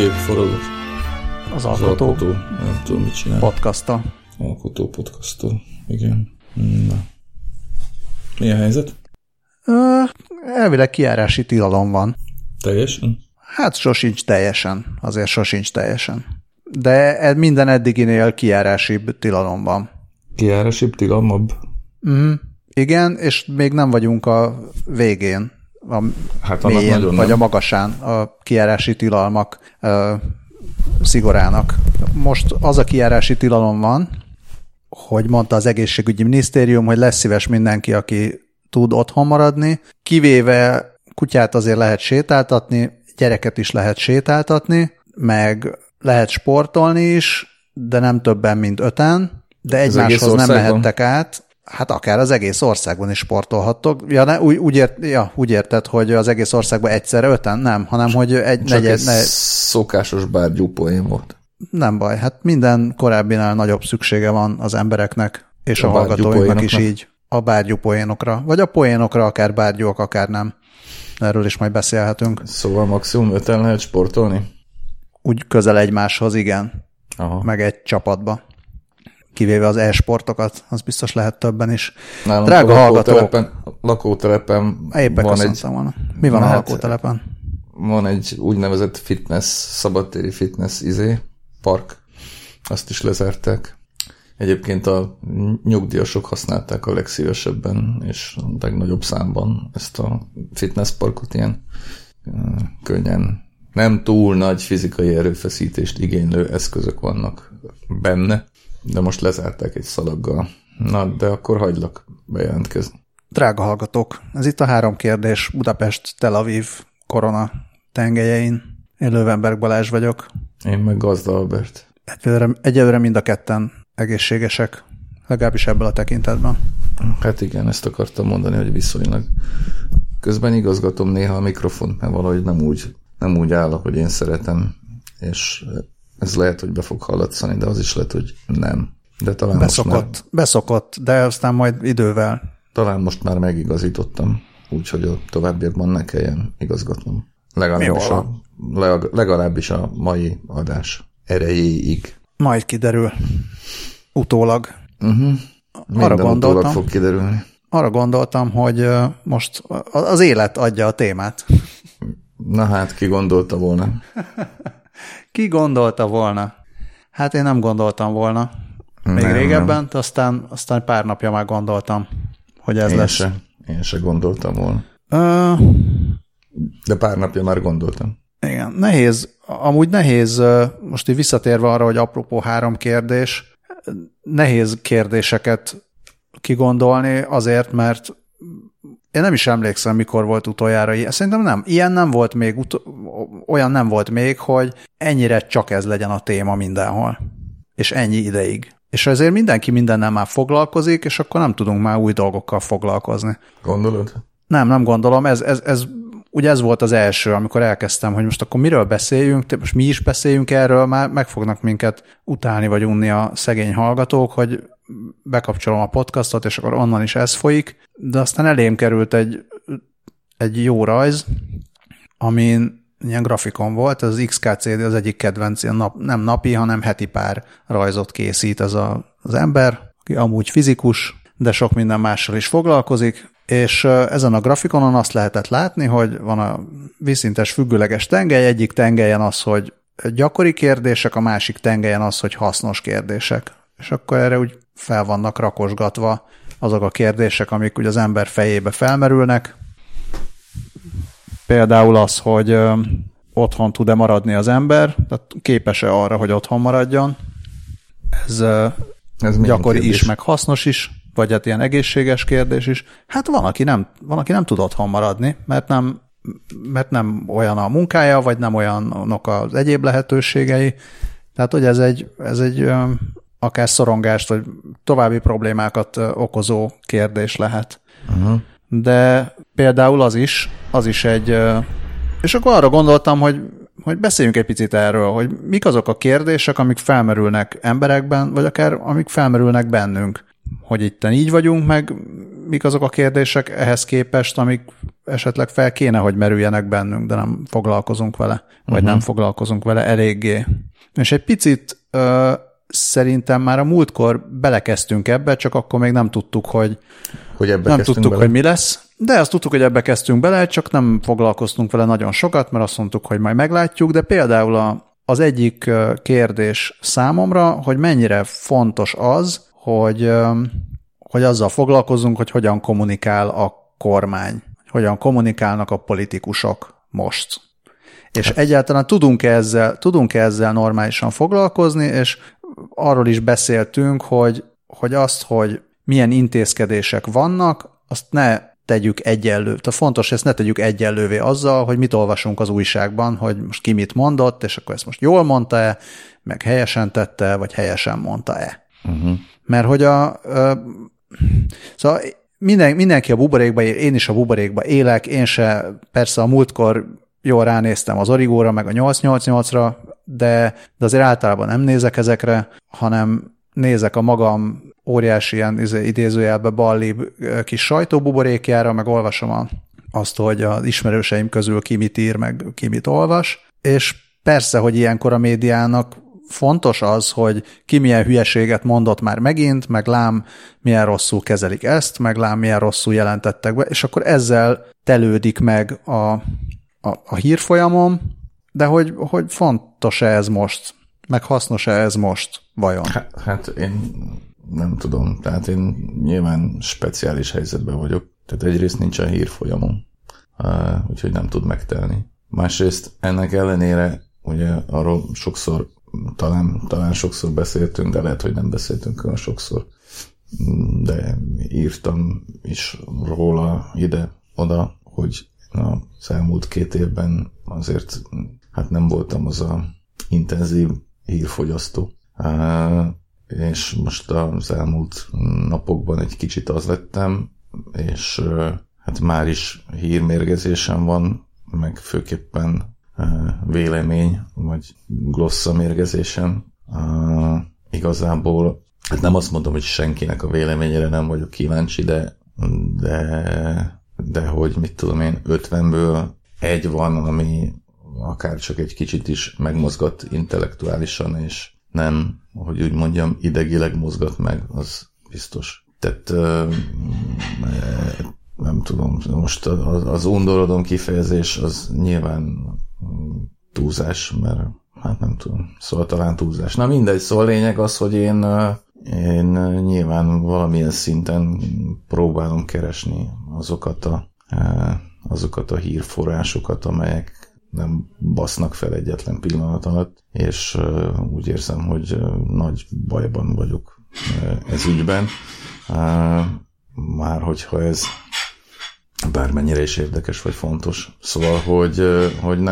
gép forog. Az alkotó. Nem tudom, mit csinál. Podcasta. Alkotó podcasta. Igen. Na. Mi a helyzet? Elvileg kijárási tilalom van. Teljesen? Hát sosincs teljesen. Azért sosincs teljesen. De minden eddiginél kijárási tilalom van. Kijárási tilalmabb? Igen, és még nem vagyunk a végén. A mélyén, vagy a magasán a kijárási tilalmak szigorának. Most az a kijárási tilalom van, hogy mondta az egészségügyi minisztérium, hogy lesz szíves mindenki, aki tud otthon maradni, kivéve kutyát azért lehet sétáltatni, gyereket is lehet sétáltatni, meg lehet sportolni is, de nem többen, mint 5-en, de egymáshoz nem mehettek át. Hát akár az egész országban is sportolhattok. Ja, úgy érted, hogy az egész országban egyszerre 5-en? Nem, hanem hogy egy negyed... Szokásos bárgyú poén volt. Nem baj, hát minden korábbinál nagyobb szüksége van az embereknek, és a hallgatóinknak is így a bárgyú poénokra. Vagy a poénokra, akár bárgyúak, akár nem. Erről is majd beszélhetünk. Szóval maximum 5-en lehet sportolni? Úgy közel egymáshoz, igen. Aha. Meg egy csapatba. Kivéve az e-sportokat, az biztos lehet többen is. Nálunk drága hallgatók. Lakótelepen éppen van egy... Volna. Mi van a lakótelepen? Van egy úgynevezett fitness, szabadtéri fitness park. Azt is lezárták. Egyébként a nyugdíjasok használták a legszívesebben és a legnagyobb számban ezt a fitness parkot, ilyen könnyen nem túl nagy fizikai erőfeszítést igénylő eszközök vannak benne, de most lezárták egy szalaggal. Na, de akkor hagylak bejelentkezni. Drága hallgatók, ez itt a 3 kérdés Budapest, Tel Aviv, korona tengelyein. Én Löwenberg Balázs vagyok. Én meg Gazda Albert. Egyelőre mind a ketten egészségesek, legalábbis ebből a tekintetben. Hát igen, ezt akartam mondani, hogy viszonylag. Közben igazgatom néha a mikrofont, mert valahogy nem úgy áll, ahogy én szeretem, és ez lehet, hogy be fog hallatszani, de az is lehet, hogy nem. De talán Beszokott, de aztán majd idővel. Talán most már megigazítottam, úgyhogy a továbbiakban ne kelljen igazgatnom. Legalábbis a mai adás erejéig. Majd kiderül. Utólag. Minden utólag fog kiderülni. Arra gondoltam, hogy most az élet adja a témát. Na hát, ki gondolta volna? Ki gondolta volna? Hát én nem gondoltam volna. Még régebben, aztán pár napja már gondoltam, hogy ez lesz. Én se gondoltam volna. De pár napja már gondoltam. Igen, amúgy nehéz, most így visszatérve arra, hogy apropó 3 kérdés, nehéz kérdéseket kigondolni azért, mert én nem is emlékszem, mikor volt utoljára ilyen. Szerintem nem. Ilyen nem volt még, olyan nem volt még, hogy ennyire csak ez legyen a téma mindenhol. És ennyi ideig. És ezért mindenki mindennel már foglalkozik, és akkor nem tudunk már új dolgokkal foglalkozni. Gondolod? Nem gondolom. Ugye ez volt az első, amikor elkezdtem, hogy most akkor miről beszéljünk, most mi is beszéljünk erről, már meg fognak minket utálni vagy unni a szegény hallgatók, hogy bekapcsolom a podcastot, és akkor onnan is ez folyik, de aztán elém került egy jó rajz, amin ilyen grafikon volt, az XKCD az egyik kedvenc, nem napi, hanem heti pár rajzot készít ez az ember, aki amúgy fizikus, de sok minden mással is foglalkozik, és ezen a grafikonon azt lehetett látni, hogy van a vízszintes függőleges tengely, egyik tengelyen az, hogy gyakori kérdések, a másik tengelyen az, hogy hasznos kérdések. És akkor erre úgy fel vannak rakosgatva azok a kérdések, amik úgy az ember fejébe felmerülnek. Például az, hogy otthon tud-e maradni az ember, tehát képes-e arra, hogy otthon maradjon. Ez gyakori is, meg hasznos is, vagy hát ilyen egészséges kérdés is. Hát van, aki nem tud otthon maradni, mert nem olyan a munkája, vagy nem olyanok az egyéb lehetőségei. Tehát, hogy ez egy akár szorongást, vagy további problémákat okozó kérdés lehet. Uh-huh. De például az is egy... És akkor arra gondoltam, hogy beszéljünk egy picit erről, hogy mik azok a kérdések, amik felmerülnek emberekben, vagy akár amik felmerülnek bennünk. Hogy itten így vagyunk, meg mik azok a kérdések ehhez képest, amik esetleg fel kéne, hogy merüljenek bennünk, de nem foglalkozunk vele, vagy nem foglalkozunk vele eléggé. És egy picit szerintem már a múltkor belekezdtünk ebbe, csak akkor még nem tudtuk, hogy mi lesz. De azt tudtuk, hogy ebbe kezdtünk bele, csak nem foglalkoztunk vele nagyon sokat, mert azt mondtuk, hogy majd meglátjuk, de például az egyik kérdés számomra, hogy mennyire fontos az, hogy azzal foglalkozunk, hogy hogyan kommunikál a kormány, hogyan kommunikálnak a politikusok most. És egyáltalán tudunk-e ezzel normálisan foglalkozni, és arról is beszéltünk, hogy milyen intézkedések vannak, azt ne tegyük egyenlő. Tehát fontos, hogy ezt ne tegyük egyenlővé azzal, hogy mit olvasunk az újságban, hogy most ki mit mondott, és akkor ezt most jól mondta-e, meg helyesen tette, vagy helyesen mondta-e. Mert hogy szóval mindenki a buborékba él, én is a buborékba élek, én se, persze a múltkor jól ránéztem az Origóra, meg a 888-ra, de azért általában nem nézek ezekre, hanem nézek a magam óriási ilyen idézőjelbe ballibb kis sajtóbuborékjára, meg olvasom azt, hogy az ismerőseim közül ki mit ír, meg ki mit olvas, és persze, hogy ilyenkor a médiának fontos az, hogy ki milyen hülyeséget mondott már megint, meg lám milyen rosszul kezelik ezt, meg lám milyen rosszul jelentettek be, és akkor ezzel telődik meg a hírfolyamom, de hogy fontos-e ez most, meg hasznos-e ez most, vajon? Hát én nem tudom, tehát én nyilván speciális helyzetben vagyok, tehát egyrészt nincsen hírfolyamom, úgyhogy nem tud megtelni. Másrészt ennek ellenére, ugye arról sokszor, talán sokszor beszéltünk, de lehet, hogy nem beszéltünk olyan sokszor, de írtam is róla ide-oda, hogy az elmúlt 2 évben azért hát nem voltam az a intenzív hírfogyasztó. És most az elmúlt napokban egy kicsit az lettem, és hát már is hírmérgezésem van, meg főképpen vélemény, vagy glosszamérgezésem. Igazából, hát nem azt mondom, hogy senkinek a véleményére nem vagyok kíváncsi, de hogy mit tudom én, 50-ből 1 van, ami akár csak egy kicsit is megmozgat intellektuálisan, és nem, hogy úgy mondjam, idegileg mozgat meg, az biztos. Tehát nem tudom, most az undorodom kifejezés az nyilván túlzás, mert hát nem tudom, szóval talán túlzás. Na mindegy, szóval lényeg az, hogy én nyilván valamilyen szinten próbálom keresni azokat a hírforrásokat, amelyek nem basznak fel egyetlen pillanat alatt, és úgy érzem, hogy nagy bajban vagyok ez ügyben. Már hogyha ez bármennyire is érdekes vagy fontos. Szóval, hogy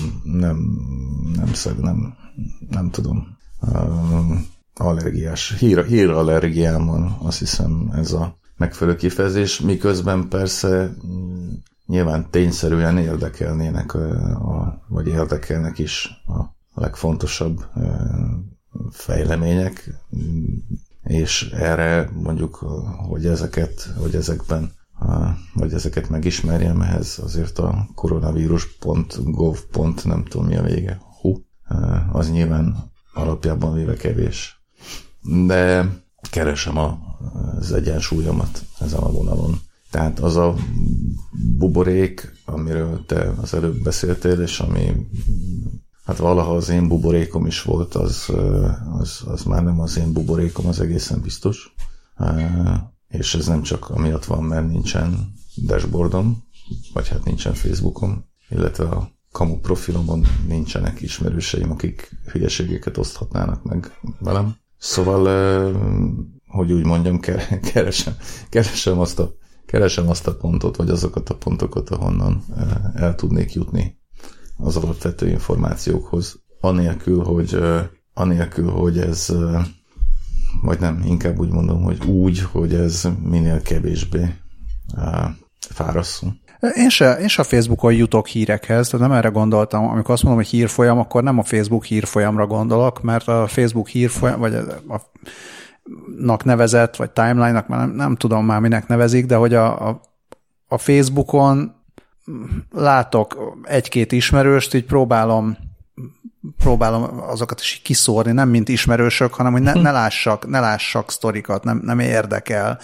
nem tudom. Allergiás, hírallergiám van, azt hiszem ez a megfelelő kifejezés, miközben persze nyilván tényszerűen érdekelnének, vagy érdekelnek is a legfontosabb fejlemények, és erre mondjuk, hogy ezeket megismerjem, ehhez azért a koronavírus.gov. Nem tudom mi a vége. Az nyilván alapjában véve kevés. De keresem az egyensúlyomat ezen a vonalon. Tehát az a buborék, amiről te az előbb beszéltél, és ami hát valaha az én buborékom is volt, az már nem az én buborékom, az egészen biztos. És ez nem csak amiatt van, mert nincsen dashboardom, vagy hát nincsen Facebookom, illetve a kamu profilomon nincsenek ismerőseim, akik hülyeségeket oszthatnának meg velem. Szóval, hogy úgy mondjam, keresem azt a pontot, vagy azokat a pontokat, ahonnan el tudnék jutni az alapvető információkhoz, anélkül, hogy ez, vagy nem, inkább úgy mondom, hogy ez minél kevésbé fárasszon. Én se Facebookon jutok hírekhez, tehát nem erre gondoltam. Amikor azt mondom, hogy hírfolyam, akkor nem a Facebook hírfolyamra gondolok, mert a Facebook hírfolyam, vagy a nevezett, vagy timeline-nak, már nem tudom már minek nevezik, de hogy a Facebookon látok egy-két ismerőst, így próbálom azokat is kiszórni, nem mint ismerősök, hanem hogy ne lássak sztorikat, nem érdekel.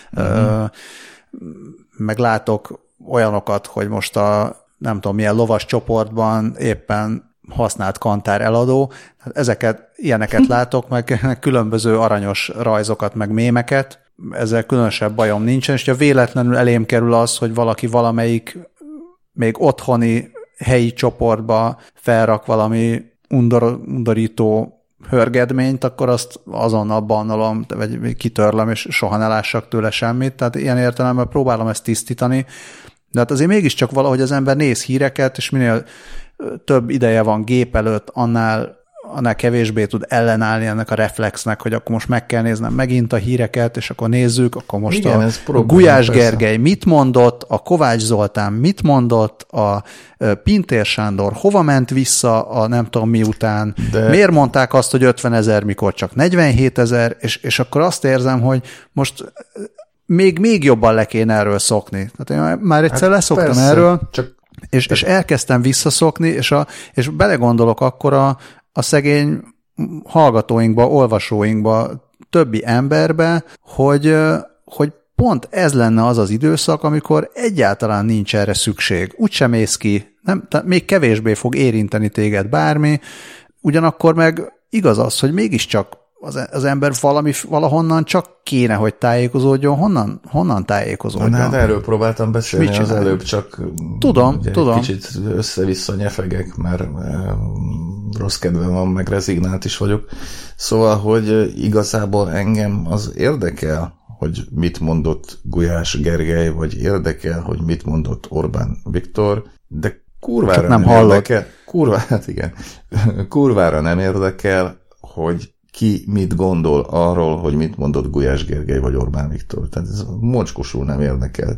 Meg látok olyanokat, hogy most nem tudom milyen lovas csoportban éppen használt kantár eladó. Ilyeneket látok, meg különböző aranyos rajzokat, meg mémeket. Ezzel különösebb bajom nincsen, és ha véletlenül elém kerül az, hogy valaki valamelyik még otthoni helyi csoportba felrak valami undorító hörgedményt, akkor azt azonnal bannolom, vagy kitörlöm, és soha ne lássak tőle semmit. Tehát ilyen értelemben próbálom ezt tisztítani. De hát azért mégiscsak valahogy az ember néz híreket, és minél több ideje van gép előtt, annál kevésbé tud ellenállni ennek a reflexnek, hogy akkor most meg kell néznem megint a híreket, és akkor nézzük, akkor most igen, a Gulyás Gergely mit mondott, a Kovács Zoltán mit mondott, a Pintér Sándor hova ment vissza a nem tudom miután, miért mondták azt, hogy 50 000, mikor csak 47 000, és akkor azt érzem, hogy most még jobban le kéne erről szokni. Tehát én már egyszer leszoktam persze, erről, és elkezdtem visszaszokni, és belegondolok akkor a szegény hallgatóinkba, olvasóinkba, többi emberbe, hogy pont ez lenne az az időszak, amikor egyáltalán nincs erre szükség. Úgysem mész ki, még kevésbé fog érinteni téged bármi, ugyanakkor meg igaz az, hogy mégiscsak az ember valahonnan csak kéne, hogy tájékozódjon. Honnan tájékozódjon? Na, hát erről próbáltam beszélni az előbb, csak tudom. Kicsit össze-vissza nyefegek, mert rossz kedvem van, meg rezignált is vagyok. Szóval, hogy igazából engem az érdekel, hogy mit mondott Gulyás Gergely, vagy érdekel, hogy mit mondott Orbán Viktor, de kurvára nem érdekel. Kurvára nem érdekel, hogy ki mit gondol arról, hogy mit mondott Gulyás Gergely vagy Orbán Viktor. Tehát ez mocskosul nem érdekel.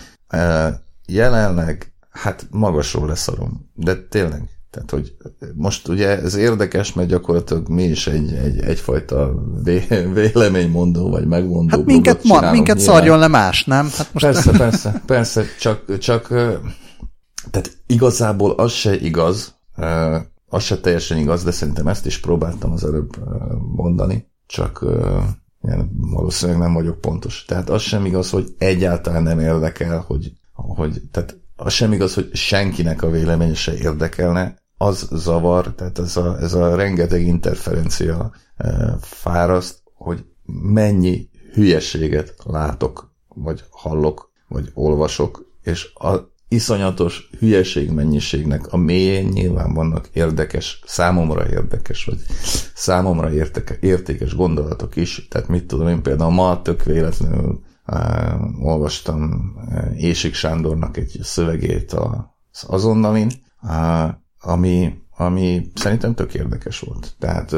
Jelenleg, hát magasról leszarom, de tényleg. Tehát, hogy most ugye ez érdekes, mert gyakorlatilag mi is egyfajta véleménymondó, vagy megmondó hát minket szarjon le más, nem? Hát most persze, csak tehát igazából az se igaz, az se teljesen igaz, de szerintem ezt is próbáltam az előbb mondani, csak valószínűleg nem vagyok pontos. Tehát az sem igaz, hogy egyáltalán nem érdekel, tehát az sem igaz, hogy senkinek a véleménye se érdekelne, az zavar, tehát ez a rengeteg interferencia fáraszt, hogy mennyi hülyeséget látok, vagy hallok, vagy olvasok, és a iszonyatos hülyeség mennyiségnek a mélyén nyilván vannak számomra érdekes, vagy számomra értékes gondolatok is. Tehát mit tudom én, például ma tök véletlenül olvastam Ésik Sándornak egy szövegét az Azonnalin, ami szerintem tök érdekes volt. Tehát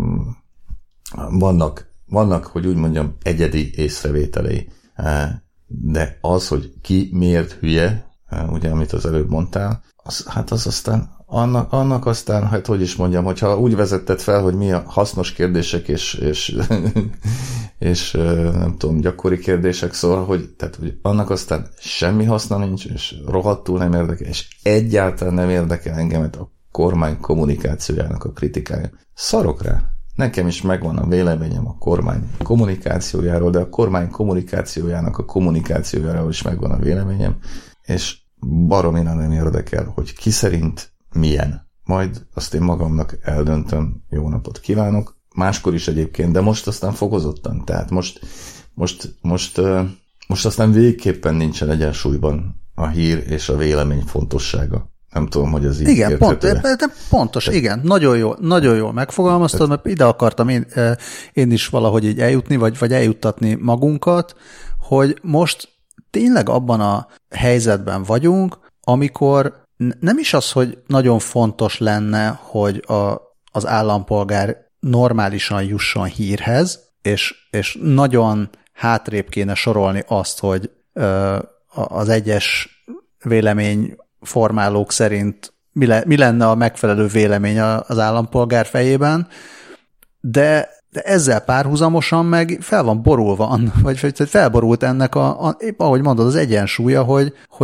vannak, hogy úgy mondjam, egyedi észrevételei, de az, hogy ki miért hülye, ugye, amit az előbb mondtál, az aztán annak aztán, hát hogy is mondjam, hogyha úgy vezetted fel, hogy mi a hasznos kérdések és nem tudom, gyakori kérdések, szóval, hogy annak aztán semmi haszna nincs, és rohadtul nem érdekel, és egyáltalán nem érdekel engemet a kormány kommunikációjának a kritikája. Szarok rá. Nekem is megvan a véleményem a kormány kommunikációjáról, de a kormány kommunikációjának a kommunikációjáról is megvan a véleményem, és baromira nem érdekel, hogy ki szerint milyen. Majd azt én magamnak eldöntöm, jó napot kívánok. Máskor is egyébként, de most aztán fokozottan. Tehát most aztán végképpen nincsen egyensúlyban a hír és a vélemény fontossága. Nem tudom, hogy ez így igen, pontos, igen. Nagyon jól megfogalmaztad, mert ide akartam én is valahogy így eljutni, vagy eljuttatni magunkat, hogy most tényleg abban a helyzetben vagyunk, amikor nem is az, hogy nagyon fontos lenne, hogy az állampolgár normálisan jusson hírhez, és nagyon hátrébb kéne sorolni azt, hogy az egyes véleményformálók szerint mi lenne a megfelelő vélemény az állampolgár fejében, de ezzel párhuzamosan meg fel van borulva, vagy felborult ennek épp ahogy mondod, az egyensúlya, hogy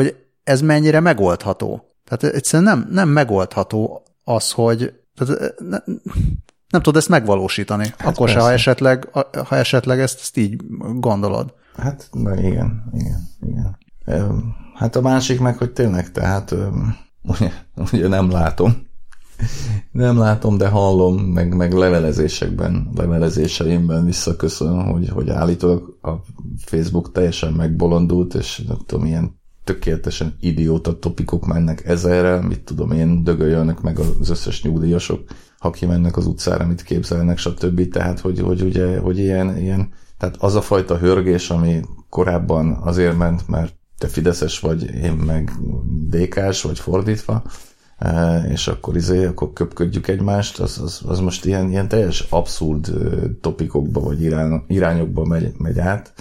ez mennyire megoldható. Tehát egyszerűen nem megoldható az, hogy nem tudod ezt megvalósítani. Hát akkor persze. Se, ha esetleg ezt így gondolod. Hát igen. Hát a másik meg, hogy tényleg, tehát ugye nem látom. Nem látom, de hallom, meg levelezéseimben visszaköszönöm, hogy állítólag a Facebook teljesen megbolondult, és nem tudom, ilyen tökéletesen idióta topikok mennek ezerrel, mit tudom én, dögöljönnek meg az összes nyugdíjasok, ha kimennek az utcára, mit képzelnek, stb. Tehát, hogy ilyen, tehát az a fajta hörgés, ami korábban azért ment, mert te fideszes vagy, én meg DK-s, vagy fordítva, és akkor köpködjük egymást, az most ilyen teljes abszurd topikokba vagy irányokba megy át,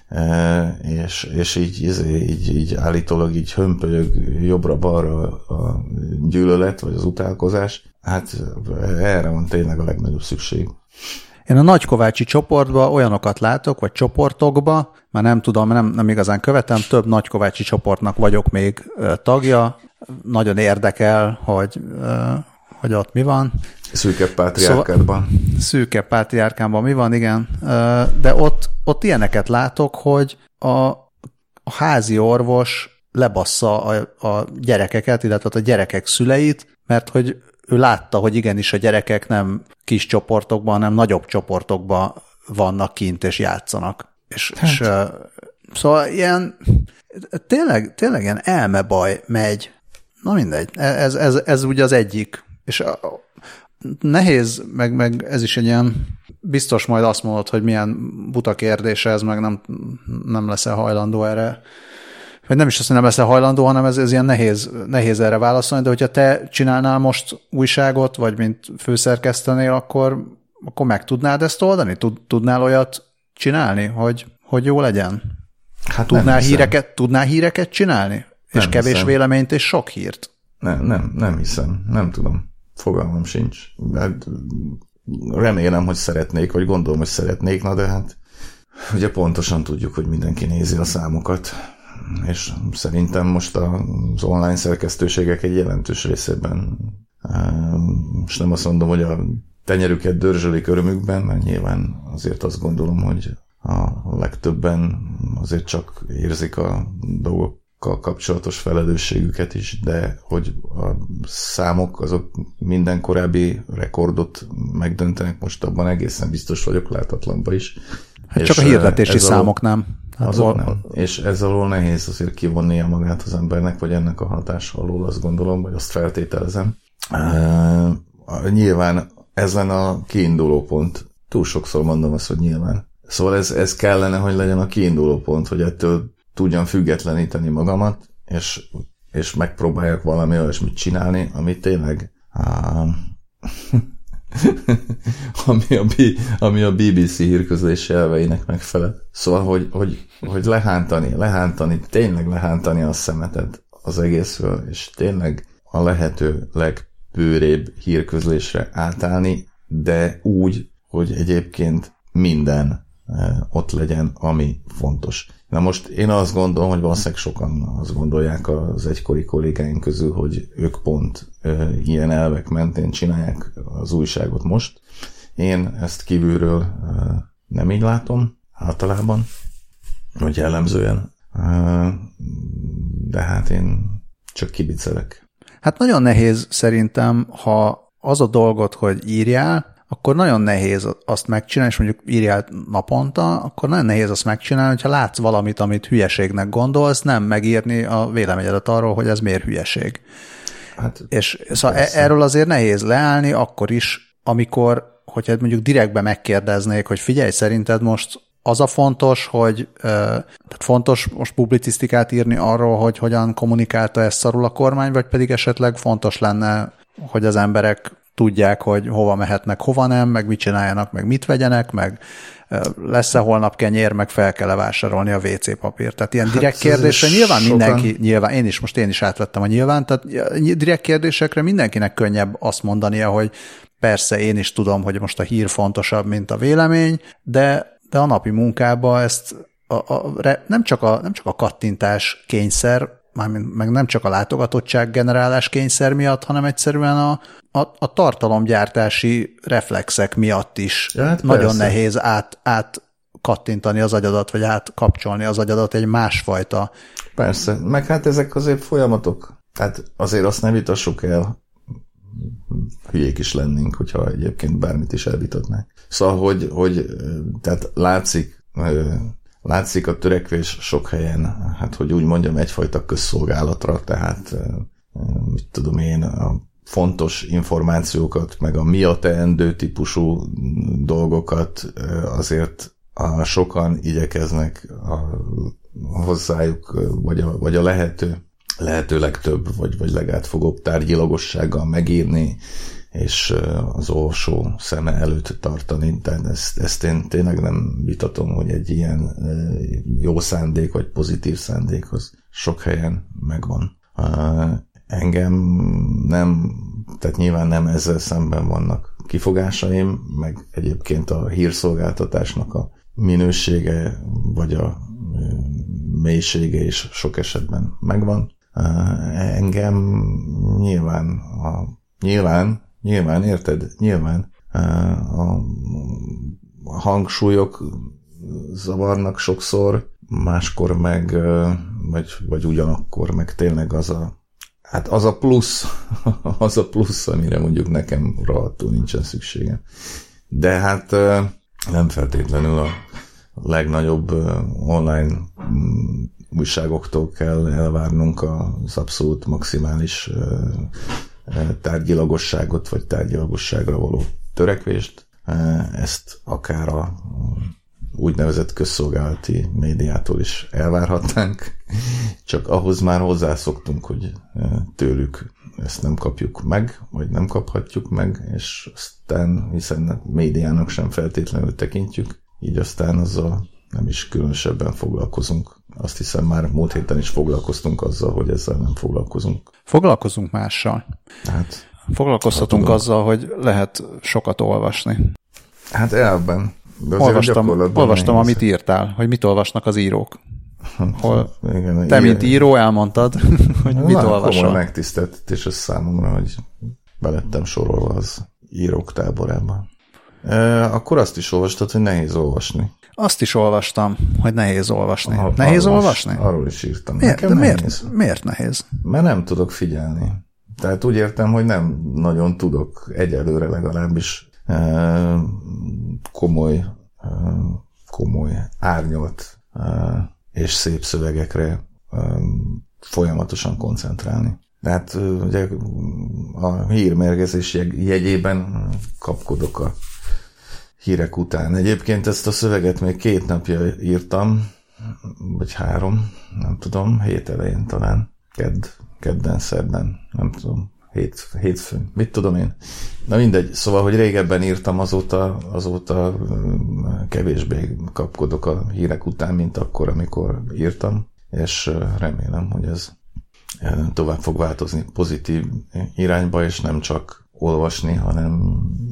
és így állítólag így hömpölyög jobbra-balra a gyűlölet, vagy az utálkozás. Hát erre van tényleg a legnagyobb szükség. Én a Nagykovácsi csoportban olyanokat látok, vagy csoportokba, már nem tudom, nem igazán követem, több Nagykovácsi csoportnak vagyok még tagja, nagyon érdekel, hogy ott mi van. Szűkebb pátriárkádban. Szűkebb pátriárkában mi van, igen. De ott ilyeneket látok, hogy a házi orvos lebassza a gyerekeket, illetve a gyerekek szüleit, mert hogy ő látta, hogy igenis a gyerekek nem kis csoportokban, hanem nagyobb csoportokban vannak kint és játszanak. És szóval ilyen tényleg ilyen elmebaj megy. Na mindegy, ez ugye az egyik. És nehéz, meg ez is egy ilyen, biztos majd azt mondod, hogy milyen buta kérdése ez, meg nem leszel hajlandó erre. Vagy nem is azt, hogy nem leszel hajlandó, hanem ez ilyen nehéz erre válaszolni, de hogyha te csinálnál most újságot, vagy mint főszerkesztőnél, akkor meg tudnád ezt oldani? Tudnál olyat csinálni, hogy jó legyen? Hát tudnál híreket csinálni? És nem kevés hiszem. Véleményt és sok hírt? Nem hiszem. Nem tudom. Fogalmam sincs. Hát remélem, hogy szeretnék, vagy gondolom, hogy szeretnék, de hát ugye pontosan tudjuk, hogy mindenki nézi a számokat, és szerintem most az online szerkesztőségek egy jelentős részében, most nem azt mondom, hogy a tenyerüket dörzsölik örömükben, mert nyilván azért azt gondolom, hogy a legtöbben azért csak érzik a dolgokkal kapcsolatos felelősségüket is, de hogy a számok azok minden korábbi rekordot megdöntenek, most abban egészen biztos vagyok, látatlanban is. Hát csak a hirdetési számok nem. Azok nem. És ez alól nehéz azért kivonnia magát az embernek, vagy ennek a hatása alól, azt gondolom, vagy azt feltételezem. Nyilván ez lenne a kiinduló pont. Túl sokszor mondom azt, hogy nyilván. Szóval ez kellene, hogy legyen a kiinduló pont, hogy ettől tudjam függetleníteni magamat, és megpróbáljak valami olyasmit csinálni, ami tényleg ami a BBC hírközlési elveinek megfelel. Szóval, hogy lehántani, tényleg lehántani a szemetet az egészről, és tényleg a lehető legbőrébb hírközlésre átállni, de úgy, hogy egyébként minden ott legyen, ami fontos. Na most én azt gondolom, hogy valószínűleg sokan azt gondolják az egykori kollégáink közül, hogy ők pont ilyen elvek mentén csinálják az újságot most. Én ezt kívülről nem így látom általában, vagy jellemzően, de hát én csak kibicelek. Hát nagyon nehéz szerintem, ha az a dolgot, hogy írjál, akkor nagyon nehéz azt megcsinálni, és mondjuk írjál naponta, akkor nagyon nehéz azt megcsinálni, hogyha látsz valamit, amit hülyeségnek gondolsz, nem megírni a véleményedet arról, hogy ez miért hülyeség. Hát, és szóval erről azért nehéz leállni, akkor is, hogyha mondjuk direktbe megkérdeznék, hogy figyelj, szerinted most az a fontos, hogy tehát fontos most publicisztikát írni arról, hogy hogyan kommunikálta ezt szarul a kormány, vagy pedig esetleg fontos lenne, hogy az emberek tudják, hogy hova mehetnek, hova nem, meg mit csináljanak, meg mit vegyenek, meg lesz-e holnap kenyér, meg fel kell vásárolni a WC papírt. Tehát ilyen direkt kérdésre nyilván mindenki, nyilván én is átvettem a nyilván, tehát direkt kérdésekre mindenkinek könnyebb azt mondania, hogy persze én is tudom, hogy most a hír fontosabb, mint a vélemény, de a napi munkában ezt nem csak a kattintás kényszer mármint meg nem csak a látogatottság generálás kényszer miatt, hanem egyszerűen a tartalomgyártási reflexek miatt is hát nagyon persze. nehéz átkattintani az agyadat, vagy átkapcsolni az agyadat egy másfajta. Persze, meg hát ezek azért folyamatok. Tehát azért azt nem vitassuk el, hülyék is lennénk, hogyha egyébként bármit is elvitatnánk. Szóval, hogy tehát látszik a törekvés sok helyen, hát hogy úgy mondjam, egyfajta közszolgálatra, tehát mit tudom én, a fontos információkat, meg a mi a teendő típusú dolgokat azért sokan igyekeznek hozzájuk, vagy a lehető legtöbb, vagy legátfogóbb tárgyilagossággal megírni, és az olvasó szeme előtt tartani. Tehát ezt én tényleg nem vitatom, hogy egy ilyen jó szándék, vagy pozitív szándék az sok helyen megvan. Engem nem, tehát nyilván nem ezzel szemben vannak kifogásaim, meg egyébként a hírszolgáltatásnak a minősége, vagy a mélysége is sok esetben megvan. Engem nyilván, érted? Nyilván a hangsúlyok zavarnak sokszor, máskor meg, vagy ugyanakkor meg tényleg az a plusz, amire mondjuk nekem rohadtul nincsen szükségem. De hát nem feltétlenül a legnagyobb online újságoktól kell elvárnunk az abszolút maximális tárgyilagosságot, vagy tárgyilagosságra való törekvést. Ezt akár a úgynevezett közszolgálati médiától is elvárhatnánk, csak ahhoz már hozzászoktunk, hogy tőlük ezt nem kapjuk meg, vagy nem kaphatjuk meg, és aztán, hiszen a médiának sem feltétlenül tekintjük, így aztán azzal nem is különösebben foglalkozunk. Azt hiszem már múlt héten is foglalkoztunk azzal, hogy ezzel nem foglalkozunk. Foglalkozunk mással. Hát, foglalkozhatunk azzal, hogy lehet sokat olvasni. Hát elben. Olvastam, amit írtál, hogy mit olvasnak az írók. Hol igen, te, mint író, elmondtad, hogy mit olvasol. Komoly megtiszteltetés ez számomra, hogy belettem sorolva az írók táborában. Akkor azt is olvastad, hogy nehéz olvasni. Azt is olvastam, hogy nehéz olvasni. Nehéz olvasni? Arról is írtam. Miért nehéz? Mert nem tudok figyelni. Tehát úgy értem, hogy nem nagyon tudok egyelőre legalábbis komoly, árnyolt és szép szövegekre folyamatosan koncentrálni. Tehát ugye a hírmérgezés jegyében kapkodok a hírek után. Egyébként ezt a szöveget még 2 napja írtam, vagy 3, nem tudom, hét elején talán, kedden, szerdán, nem tudom, hétfőn, mit tudom én. Na mindegy, szóval, hogy régebben írtam, azóta kevésbé kapkodok a hírek után, mint akkor, amikor írtam, és remélem, hogy ez tovább fog változni pozitív irányba, és nem csak olvasni, hanem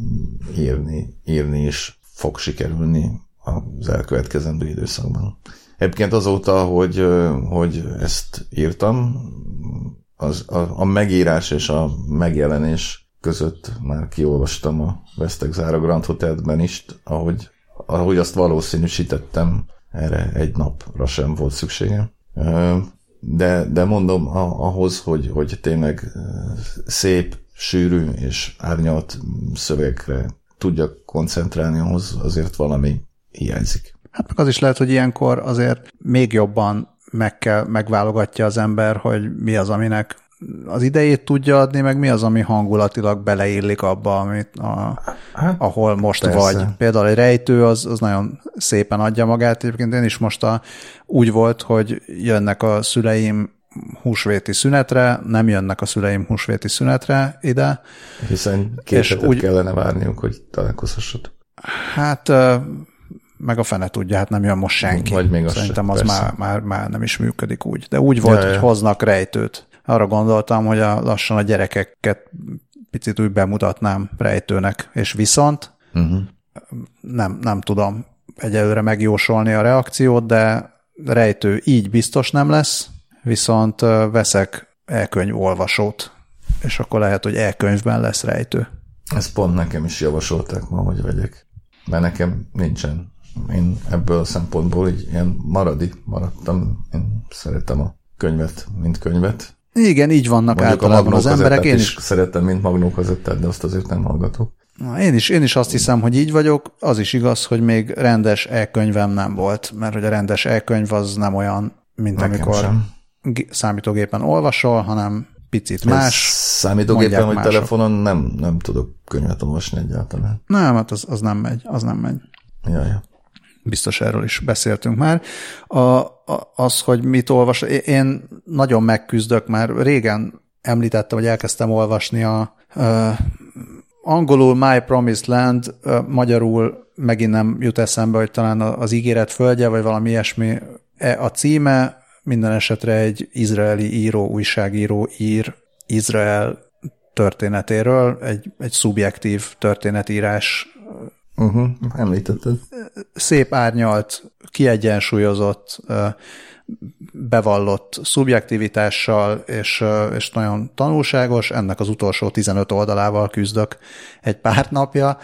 írni is fog sikerülni az elkövetkezendő időszakban. Egyébként azóta, hogy ezt írtam, a megírás és a megjelenés között már kiolvastam a Vesztegzára Grand Hotelben is, ahogy azt valószínűsítettem, erre egy napra sem volt szükségem. De mondom, ahhoz, hogy tényleg szép, sűrű és árnyalt szövegekre tudjak koncentrálni, ahhoz azért valami hiányzik. Hát meg az is lehet, hogy ilyenkor azért még jobban megválogatja az ember, hogy mi az, aminek az idejét tudja adni, meg mi az, ami hangulatilag beleillik abba, ahol most persze. Vagy. Például egy rejtő, az nagyon szépen adja magát. Egyébként én is most úgy volt, hogy jönnek a szüleim húsvéti szünetre, nem jönnek a szüleim húsvéti szünetre ide. Hiszen 2 hetet kellene várniuk, hogy találkozhassad. Hát meg a fene tudja, hát nem jön most senki. Vagy még szerintem az már nem is működik úgy. De úgy volt, hogy hoznak rejtőt. Arra gondoltam, hogy lassan a gyerekeket picit úgy bemutatnám rejtőnek, és viszont nem tudom egyelőre megjósolni a reakciót, de rejtő így biztos nem lesz, viszont veszek e-könyvolvasót, és akkor lehet, hogy e-könyvben lesz rejtő. Ezt pont nekem is javasolták ma, hogy vegyek. Mert nekem nincsen. Én ebből a szempontból így ilyen maradtam. Én szeretem a könyvet, mint könyvet. Igen, így vannak mondjuk általában az emberek. Én is szeretem, mint magnókazettát, de azt azért nem hallgatok. Én is azt hiszem, hogy így vagyok. Az is igaz, hogy még rendes e-könyvem nem volt, mert hogy a rendes e-könyv az nem olyan, mint nekem amikor sem számítógépen olvasol, hanem picit más. Számítógépen vagy telefonon nem tudok könyvet olvasni egyáltalán. Nem, hát az nem megy. Jaj. Biztos erről is beszéltünk már. Az, hogy mit olvas, én nagyon megküzdök, már régen említettem, hogy elkezdtem olvasni angolul My Promised Land, magyarul megint nem jut eszembe, hogy talán az ígéret földje, vagy valami ilyesmi a címe. Minden esetre egy izraeli újságíró ír Izrael történetéről, egy szubjektív történetírás. Említetted. Szép árnyalt, kiegyensúlyozott, bevallott szubjektivitással, és nagyon tanulságos. Ennek az utolsó 15 oldalával küzdök egy pár napja,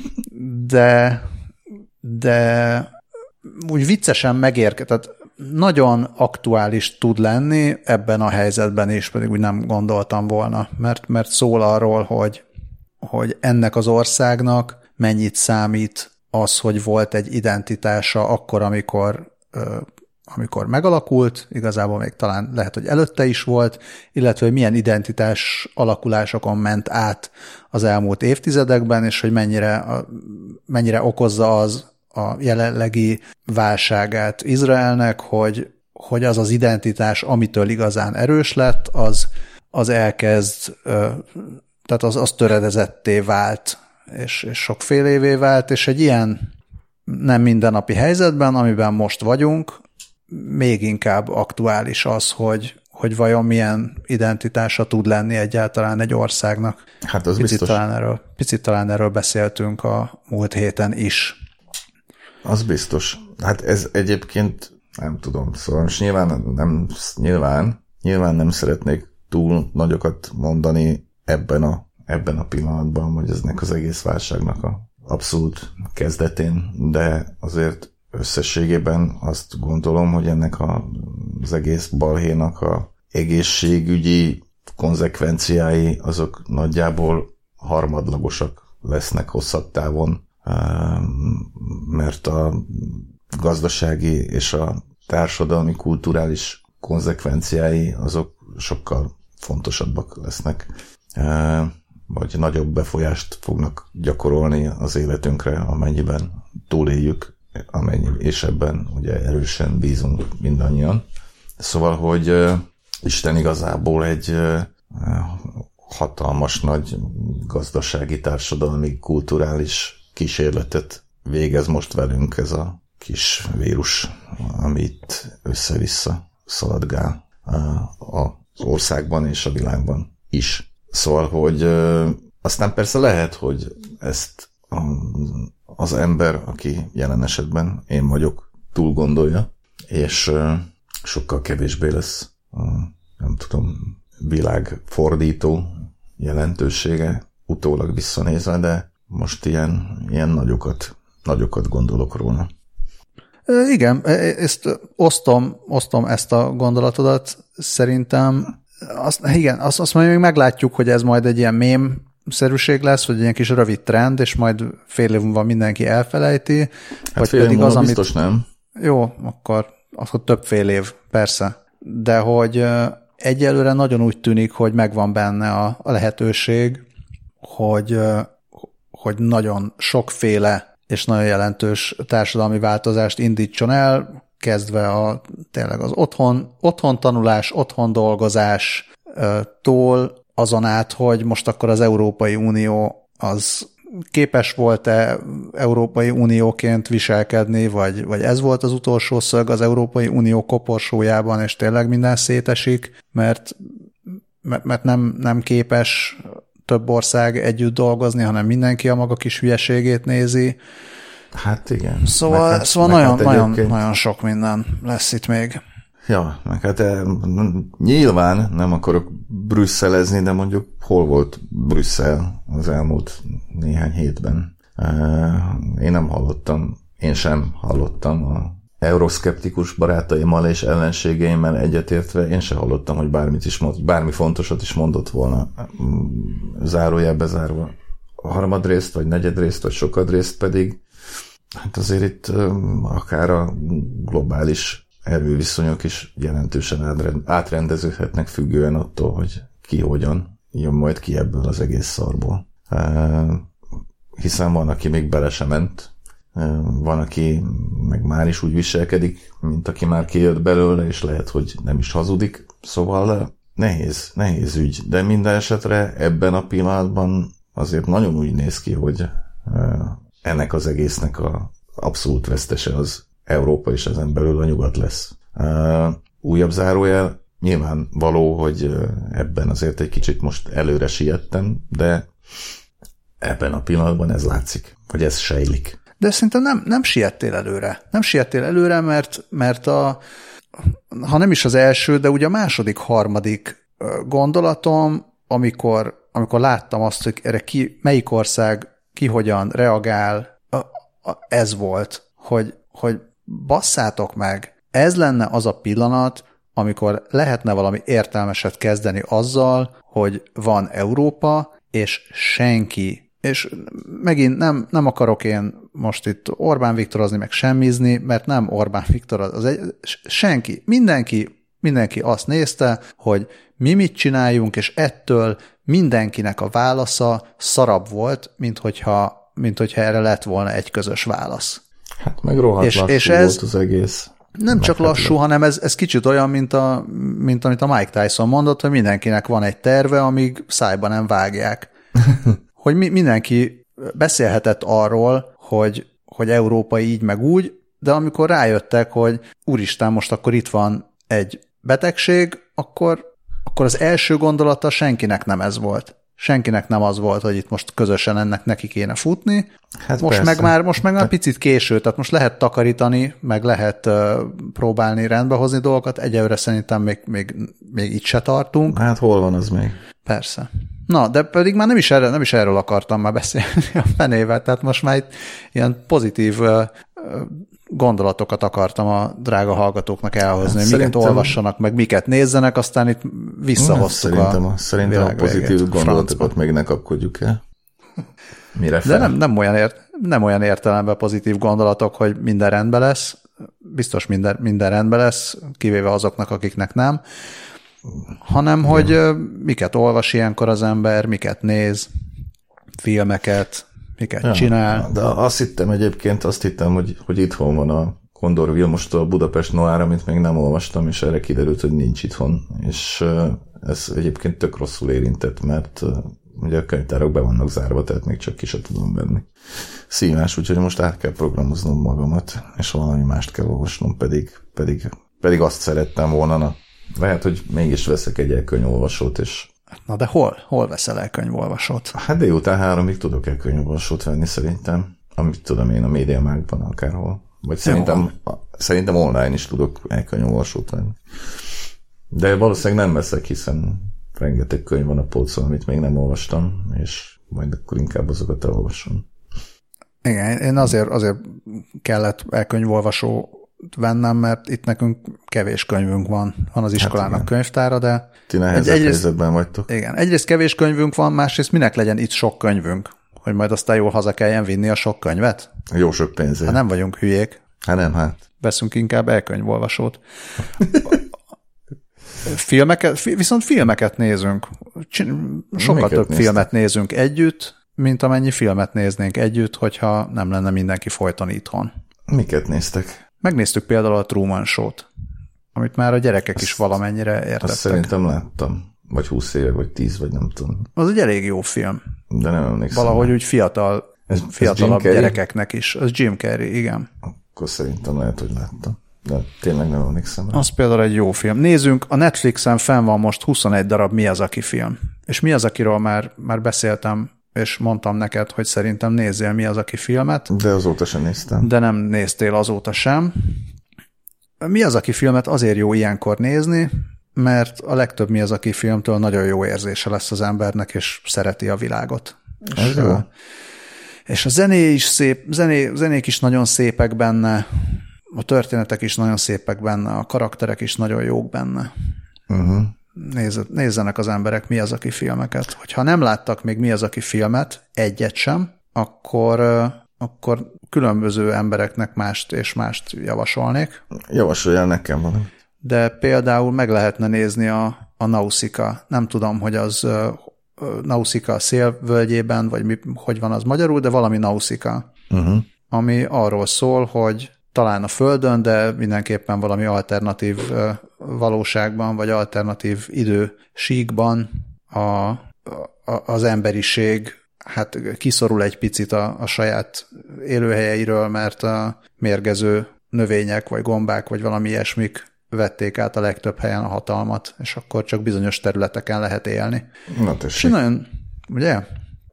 de úgy viccesen tehát nagyon aktuális tud lenni ebben a helyzetben is, pedig úgy nem gondoltam volna, mert szól arról, hogy ennek az országnak mennyit számít az, hogy volt egy identitása akkor, amikor megalakult, igazából még talán lehet, hogy előtte is volt, illetve hogy milyen identitás alakulásokon ment át az elmúlt évtizedekben, és hogy mennyire okozza az a jelenlegi válságát Izraelnek, hogy az identitás, amitől igazán erős lett, az elkezd, tehát az töredezetté vált, és sokfélévé vált, és egy ilyen nem mindennapi helyzetben, amiben most vagyunk, még inkább aktuális az, hogy vajon milyen identitása tud lenni egyáltalán egy országnak. Hát az biztos. Picit talán erről beszéltünk a múlt héten is. Az biztos. Hát ez egyébként nem tudom, szóval most nyilván nem szeretnék túl nagyokat mondani ebben a pillanatban, hogy eznek az egész válságnak a abszolút kezdetén, de azért összességében azt gondolom, hogy ennek az egész balhénak a egészségügyi konzekvenciái azok nagyjából harmadlagosak lesznek hosszabb távon, mert a gazdasági és a társadalmi, kulturális konzekvenciái azok sokkal fontosabbak lesznek, vagy nagyobb befolyást fognak gyakorolni az életünkre, amennyiben túléljük, és ebben ugye erősen bízunk mindannyian. Szóval, hogy Isten igazából egy hatalmas nagy gazdasági, társadalmi, kulturális kísérletet végez most velünk ez a kis vírus, ami itt össze-vissza szaladgál az országban és a világban is. Szóval, hogy aztán persze lehet, hogy ezt az ember, aki jelen esetben én vagyok, túl gondolja, és sokkal kevésbé lesz, nem tudom, világfordító jelentősége utólag visszanézve, de most ilyen nagyokat gondolok róla. Igen, ezt osztom ezt a gondolatodat, szerintem. Azt majd még meglátjuk, hogy ez majd egy ilyen mém-szerűség lesz, vagy egy ilyen kis rövid trend, és majd fél év múlva mindenki elfelejti. Hát vagy fél év pedig múlva biztos nem. Jó, akkor több fél év, persze. De hogy egyelőre nagyon úgy tűnik, hogy megvan benne a lehetőség, hogy nagyon sokféle és nagyon jelentős társadalmi változást indítson el, kezdve tényleg az otthon tanulás, otthon dolgozástól azon át, hogy most akkor az Európai Unió az képes volt-e Európai Unióként viselkedni, vagy ez volt az utolsó szög az Európai Unió koporsójában, és tényleg minden szétesik, mert nem képes több ország együtt dolgozni, hanem mindenki a maga kis hülyeségét nézi. Hát igen. Szóval nagyon sok minden lesz itt még. Ja, meg hát nyilván nem akarok brüsszelezni, de mondjuk hol volt Brüsszel az elmúlt néhány hétben? Én sem hallottam a euroszkeptikus barátaimmal és ellenségeimmel egyetértve, én sem hallottam, hogy bármi fontosat is mondott volna. Zárójelbe zárva a harmadrészt, vagy negyedrészt, vagy sokadrészt pedig, hát azért itt akár a globális erőviszonyok is jelentősen átrendeződhetnek függően attól, hogy ki hogyan jön majd ki ebből az egész szarból. Hiszen van, aki még bele sem ment, van, aki meg már is úgy viselkedik, mint aki már kijött belőle, és lehet, hogy nem is hazudik. Szóval nehéz ügy. De minden esetre ebben a pillanatban azért nagyon úgy néz ki, hogy ennek az egésznek a abszolút vesztese az Európa, és ezen belül a nyugat lesz. Újabb zárójel, nyilvánvaló, hogy ebben azért egy kicsit most előre siettem, de ebben a pillanatban ez látszik, hogy ez sejlik. De szerintem nem siettél előre. Nem siettél előre, mert ha nem is az első, de ugye a második, harmadik gondolatom, amikor láttam azt, hogy erre melyik ország ki hogyan reagál, ez volt, hogy basszátok meg, ez lenne az a pillanat, amikor lehetne valami értelmeset kezdeni azzal, hogy van Európa, és senki. És megint nem akarok én most itt Orbán Viktorozni, meg semmizni, mert nem Orbán Viktor, senki, mindenki azt nézte, hogy mi mit csináljunk, és ettől mindenkinek a válasza szarabb volt, mint hogyha erre lett volna egy közös válasz. Hát meg rohadt lassú volt az egész. Nem csak lassú, hanem ez kicsit olyan, mint amit a Mike Tyson mondott, hogy mindenkinek van egy terve, amíg szájba nem vágják. Hogy mindenki beszélhetett arról, hogy Európa így meg úgy, de amikor rájöttek, hogy úristen, most akkor itt van egy betegség, akkor az első gondolata senkinek nem ez volt. Senkinek nem az volt, hogy itt most közösen ennek neki kéne futni. Hát most meg már picit késő, tehát most lehet takarítani, meg lehet próbálni rendbe hozni dolgokat. Egyelőre szerintem még itt se tartunk. Hát hol van az még? Persze. Na, de pedig már nem is erről akartam már beszélni a fenével, tehát most már itt ilyen pozitív gondolatokat akartam a drága hallgatóknak elhozni, hát miket olvassanak, meg miket nézzenek, aztán itt visszahoztuk Szerintem a pozitív gondolatokat még ne kapkodjuk el. Mire fel? De nem olyan értelemben pozitív gondolatok, hogy minden rendben lesz, biztos minden rendben lesz, kivéve azoknak, akiknek nem, hanem, hogy miket olvas ilyenkor az ember, miket néz, filmeket, miket csinál. De azt hittem, hogy itthon van a Condor Vilmostól a Budapest Noir, amit még nem olvastam, és erre kiderült, hogy nincs itthon. És ez egyébként tök rosszul érintett, mert ugye a könyvtárak be vannak zárva, tehát még csak ki sem tudom venni. Szívás, úgyhogy most át kell programoznom magamat, és valami mást kell olvasnom, pedig azt szerettem volna. Lehet, hogy mégis veszek egy elkönyvolvasót, és... Na de hol veszel elkönyvolvasót? Hát délután 3-ig tudok elkönyvolvasót venni szerintem, amit tudom én a MediaMarktban akárhol. Vagy szerintem online is tudok elkönyvolvasót venni. De valószínűleg nem veszek, hiszen rengeteg könyv van a polcon, amit még nem olvastam, és majd akkor inkább azokat elolvasom. Igen, én azért kellett elkönyvolvasó vennem, mert itt nekünk kevés könyvünk van. Van az iskolának könyvtára, de... Ti nehezebb helyzetben vagytok. Igen, egyrészt kevés könyvünk van, másrészt minek legyen itt sok könyvünk? Hogy majd aztán jól haza kelljen vinni a sok könyvet? Jó sok pénzért. Hát nem vagyunk hülyék. Hát nem, hát. Veszünk inkább elkönyvolvasót. Viszont filmeket nézünk. Sokkal több filmet nézünk együtt, mint amennyi filmet néznénk együtt, hogyha nem lenne mindenki folyton itthon. Miket néztek? Megnéztük például a Truman Show-t, amit már a gyerekek is valamennyire értettek. Azt szerintem láttam. Vagy 20 éve, vagy 10, vagy nem tudom. Az egy elég jó film. De nem emlékszem. Valahogy úgy fiatalabb gyerekeknek is. Az Jim Carrey, igen. Akkor szerintem lehet, hogy láttam. De tényleg nem emlékszem. Az például egy jó film. Nézzünk, a Netflixen fenn van most 21 darab Miyazaki film. És Miyazakiról már beszéltem, és mondtam neked, hogy szerintem nézzél Miyazaki filmet. De azóta sem néztem. De nem néztél azóta sem. Miyazaki filmet azért jó ilyenkor nézni, mert a legtöbb Miyazaki filmtől nagyon jó érzése lesz az embernek, és szereti a világot. És a zené is szép, zenék is nagyon szépek benne, a történetek is nagyon szépek benne, a karakterek is nagyon jók benne. Nézzenek az emberek Miyazaki filmeket. Hogyha nem láttak még Miyazaki filmet, egyet sem, akkor különböző embereknek mást és mást javasolnék. Javasoljál nekem valami. De például meg lehetne nézni a Nausicaa. Nem tudom, hogy az Nausicaa szélvölgyében, vagy hogy van az magyarul, de valami Nausicaa. Ami arról szól, hogy talán a Földön, de mindenképpen valami alternatív valóságban, vagy alternatív idősíkban az emberiség hát kiszorul egy picit a saját élőhelyeiről, mert a mérgező növények, vagy gombák, vagy valami ilyesmik vették át a legtöbb helyen a hatalmat, és akkor csak bizonyos területeken lehet élni. Na tessék. Nagyon, ugye?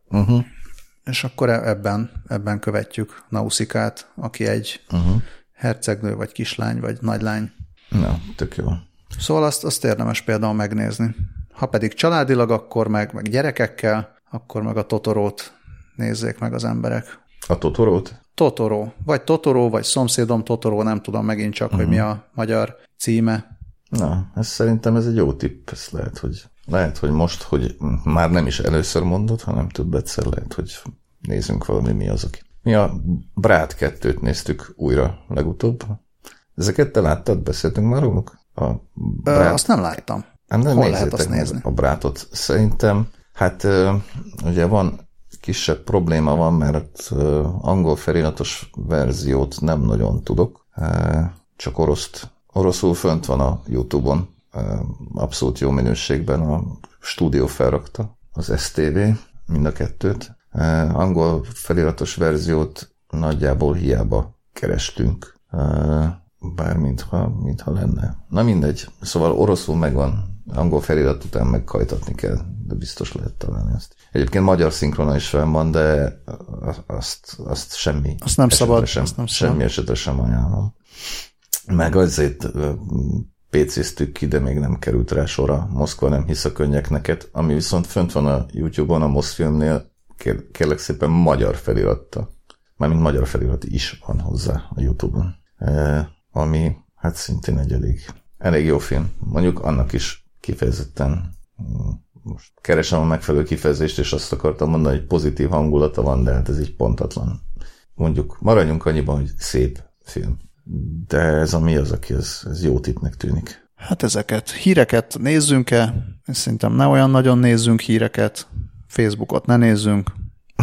És akkor ebben követjük Nausicát, aki egy hercegnő, vagy kislány, vagy nagylány. Na, tök jó. Szóval azt érdemes például megnézni. Ha pedig családilag, akkor meg gyerekekkel, akkor meg a Totorót nézzék meg az emberek. A Totorót? Totoro, vagy Szomszédom Totoro, nem tudom megint csak, hogy mi a magyar címe. Na, szerintem ez egy jó tipp. Ez lehet, hogy most, hogy már nem is először mondod, hanem több egyszer lehet, hogy nézzünk valami Miyazaki. Mi a Brát 2-t néztük újra legutóbb. Ezeket te láttad? Beszéltünk már róluk? Azt nem láttam. Hol lehet azt nézni? A Brátot. Szerintem, hát ugye van kisebb probléma van, mert angol feliratos verziót nem nagyon tudok. Csak oroszul fönt van a YouTube-on. Abszolút jó minőségben a stúdió felrakta, az STV, mind a kettőt. Angol feliratos verziót nagyjából hiába kerestünk, bár mintha lenne. Na mindegy, szóval oroszul megvan, angol felirat után megkajtatni kell, de biztos lehet találni azt. Egyébként magyar szinkrona is fel van, de azt semmi. Azt nem szabad. Semmi esetre sem ajánlom. Meg azért PC-ztük ki, de még nem került rá sor a Moszkva nem hisz a könnyekneket, ami viszont fönt van a YouTube-on, a Moszfilmnél, kérlek szépen magyar felirattal. Mármint magyar felirat is van hozzá a YouTube-on. Ami hát szintén egy elég jó film. Mondjuk annak is kifejezetten most keresem a megfelelő kifejezést, és azt akartam mondani, hogy pozitív hangulata van, de hát ez így pontatlan. Mondjuk maradjunk annyiban, hogy szép film. De ez a Miyazaki, ez jó tippnek tűnik. Hát ezeket. Híreket nézzünk-e? Szerintem ne olyan nagyon nézzünk híreket. Facebookot ne nézzünk.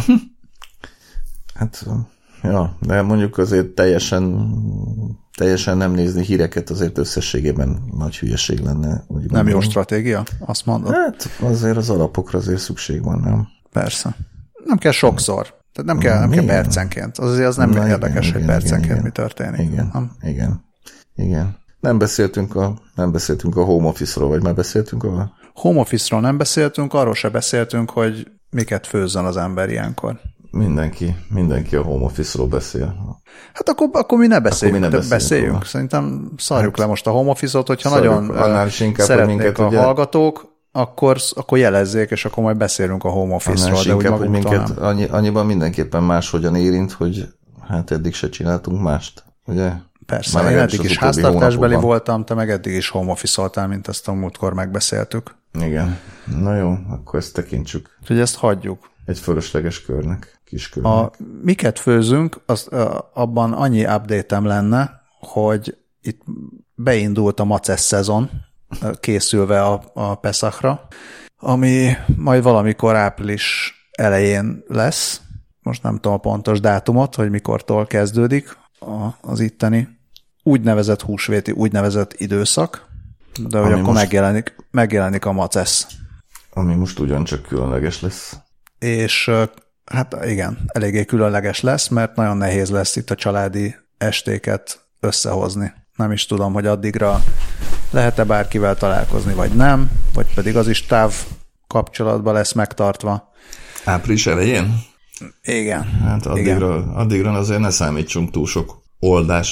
Hát, ja, de mondjuk azért teljesen nem nézni híreket azért összességében nagy hülyeség lenne. Nem jó stratégia? Azt mondod? Hát azért az alapokra azért szükség van, nem? Persze. Nem kell sokszor. Tehát nem kell percenként. Az nem érdekes, hogy percenként mi történik. Igen. Nem beszéltünk a home office-ról, vagy már beszéltünk a... Home office-ról nem beszéltünk, arról se beszéltünk, hogy miket főzzön az ember ilyenkor. Mindenki a home office-ról beszél. Hát akkor mi ne beszéljünk. Beszéljünk. Szerintem szarjuk le most a home office-ot, hogyha nagyon szeretnék a hallgatók, akkor jelezzék, és akkor majd beszélünk a home office-ról. De inkább, hogy minket annyiban mindenképpen máshogyan érint, hogy hát eddig se csináltunk mást, ugye? Persze, én eddig is háztartásbeli voltam, te meg eddig is home office-oltál, mint ezt a múltkor megbeszéltük. Igen. Na jó, akkor ezt tekintsük. Úgyhogy ezt hagyjuk. Egy fölösleges körnek, kiskörnek. Miket főzünk, abban annyi update-em lenne, hogy itt beindult a maces szezon, készülve a Pesachra, ami majd valamikor április elején lesz. Most nem tudom a pontos dátumot, hogy mikortól kezdődik az itteni úgynevezett húsvéti, úgynevezett időszak, de hogy akkor megjelenik a maces. Ami most ugyancsak különleges lesz. És hát igen, eléggé különleges lesz, mert nagyon nehéz lesz itt a családi estéket összehozni. Nem is tudom, hogy addigra lehet-e bárkivel találkozni, vagy nem, vagy pedig az is távkapcsolatban lesz megtartva. Április elején? Igen. Hát addigra azért ne számítsunk túl sok oldásra.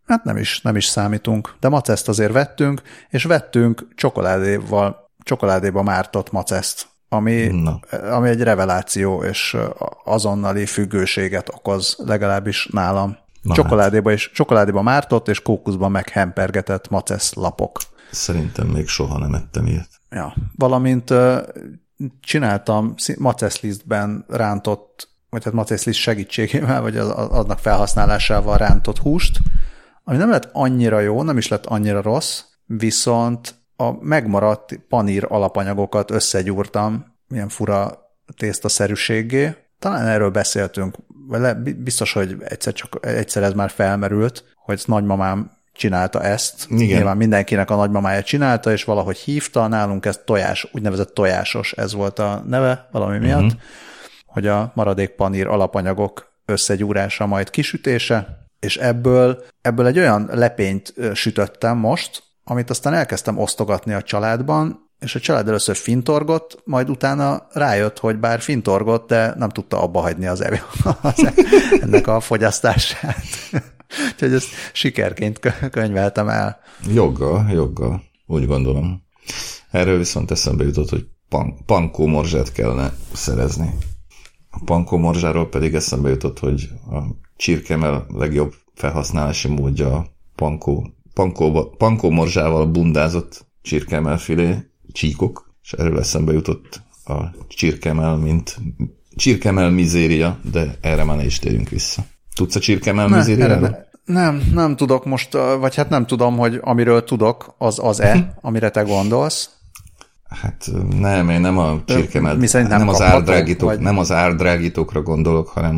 Hát nem is számítunk, de maceszt azért vettünk, és vettünk csokoládéba mártott maceszt, ami egy reveláció, és azonnali függőséget okoz, legalábbis nálam. Csokoládéba mártott, és kókuszban meghempergetett macesz lapok. Szerintem még soha nem ettem ilyet. Ja, valamint csináltam maceszlisztben rántott, vagy hát maceszliszt segítségével, vagy annak felhasználásával rántott húst, ami nem lett annyira jó, nem is lett annyira rossz, viszont a megmaradt panír alapanyagokat összegyúrtam, milyen fura tésztaszerűséggé. Talán erről beszéltünk, vagy biztos, hogy egyszer ez már felmerült, hogy nagymamám csinálta ezt. Igen. Nyilván mindenkinek a nagymamája csinálta, és valahogy hívta, nálunk ez úgynevezett tojásos, ez volt a neve valami miatt, hogy a maradék panír alapanyagok összegyúrása, majd kisütése, és ebből egy olyan lepényt sütöttem most, amit aztán elkezdtem osztogatni a családban, és a család először fintorgott, majd utána rájött, hogy bár fintorgott, de nem tudta abba hagyni ennek a fogyasztását. Úgyhogy ezt sikerként könyveltem el. Joggal, úgy gondolom. Erről viszont eszembe jutott, hogy pankómorzsát kellene szerezni. A pankómorzsáról pedig eszembe jutott, hogy a csirkemell legjobb felhasználási módja a pankómorzsával bundázott csirkemellfilé, csíkok, és erről eszembe jutott a csirkemell, mint csirkemell mizéria, de erre már ne is térjünk vissza. Tudsz a csirkemell mizériáról? Nem tudok most, vagy hát nem tudom, hogy amiről tudok, az-e, amire te gondolsz. Hát nem, én nem a csirkemell, nem az árdrágítókra gondolok, hanem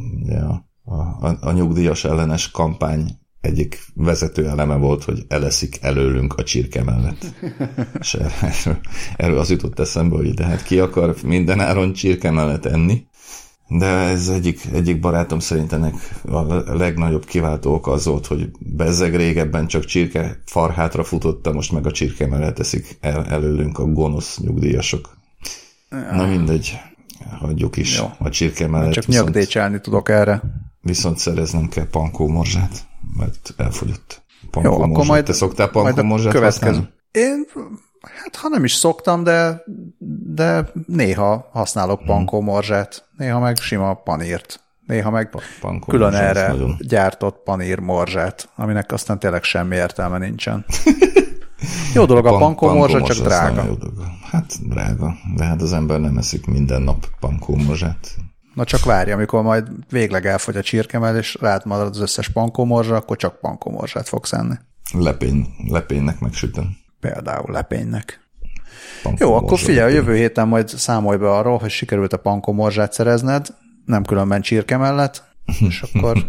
a nyugdíjas ellenes kampány egyik vezető eleme volt, hogy eleszik előlünk a csirkemellet. És erről az jutott eszembe, hogy de hát ki akar mindenáron csirkemellet enni, de ez egyik barátom szerint ennek a legnagyobb kiváltó oka az volt, hogy bezzeg régebben csak csirke farhátra futotta, most meg a csirkemellet eszik előlünk a gonosz nyugdíjasok. Na mindegy, hagyjuk is jó. A csirkemellet. Csak nyagdécselni tudok erre. Viszont szereznem kell pankómorzsát, mert elfogyott. Jó, akkor majd te szoktál pankómorzsát használni? Én, hát ha nem is szoktam, de néha használok pankómorzsát, néha meg sima panírt, néha meg külön erre nagyon gyártott panírmorzsát, aminek aztán tényleg semmi értelme nincsen. Jó dolog a pankómorzsa, csak drága. Hát drága, de hát az ember nem eszik minden nap pankómorzsát. Na csak várj, amikor majd végleg elfogy a csirkemell, és rád marad az összes pankómorzsa, akkor csak pankómorzsát fogsz enni. Lepénynek megsütöm. Például lepénynek. Jó, akkor figyelj, a jövő héten majd számolj be arról, hogy sikerült a pankómorzsát szerezned, nem különben csirkemellett, és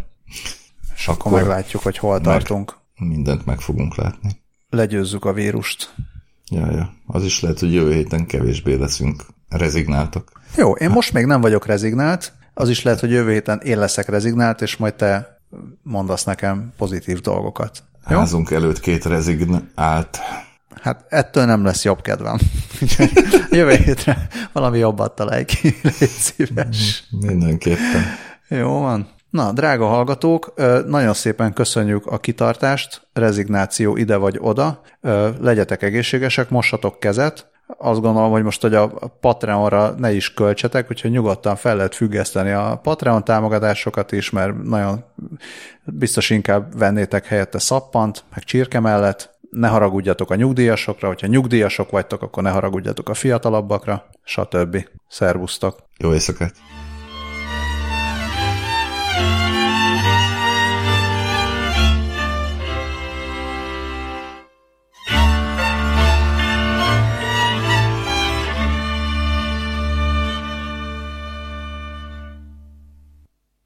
akkor meglátjuk, hogy hol tartunk. Mindent meg fogunk látni. Legyőzzük a vírust. Ja. Az is lehet, hogy jövő héten kevésbé leszünk rezignáltak. Jó, én most még nem vagyok rezignált, az is lehet, hogy jövő héten én leszek rezignált, és majd te mondasz nekem pozitív dolgokat. Jó? Házunk előtt 2 rezignált. Hát ettől nem lesz jobb kedvem. Jövő hétre valami jobbat találj ki, légy szíves. Mindenképpen. Jó van. Na, drága hallgatók, nagyon szépen köszönjük a kitartást, rezignáció ide vagy oda, legyetek egészségesek, mossatok kezet. Azt gondolom, hogy most, hogy a Patreonra ne is költsetek, úgyhogy nyugodtan fel lehet függeszteni a Patreon támogatásokat is, mert nagyon biztos inkább vennétek helyette szappant, meg csirkemellett. Ne haragudjatok a nyugdíjasokra, hogyha nyugdíjasok vagytok, akkor ne haragudjatok a fiatalabbakra, stb. Szervusztok! Jó éjszakát!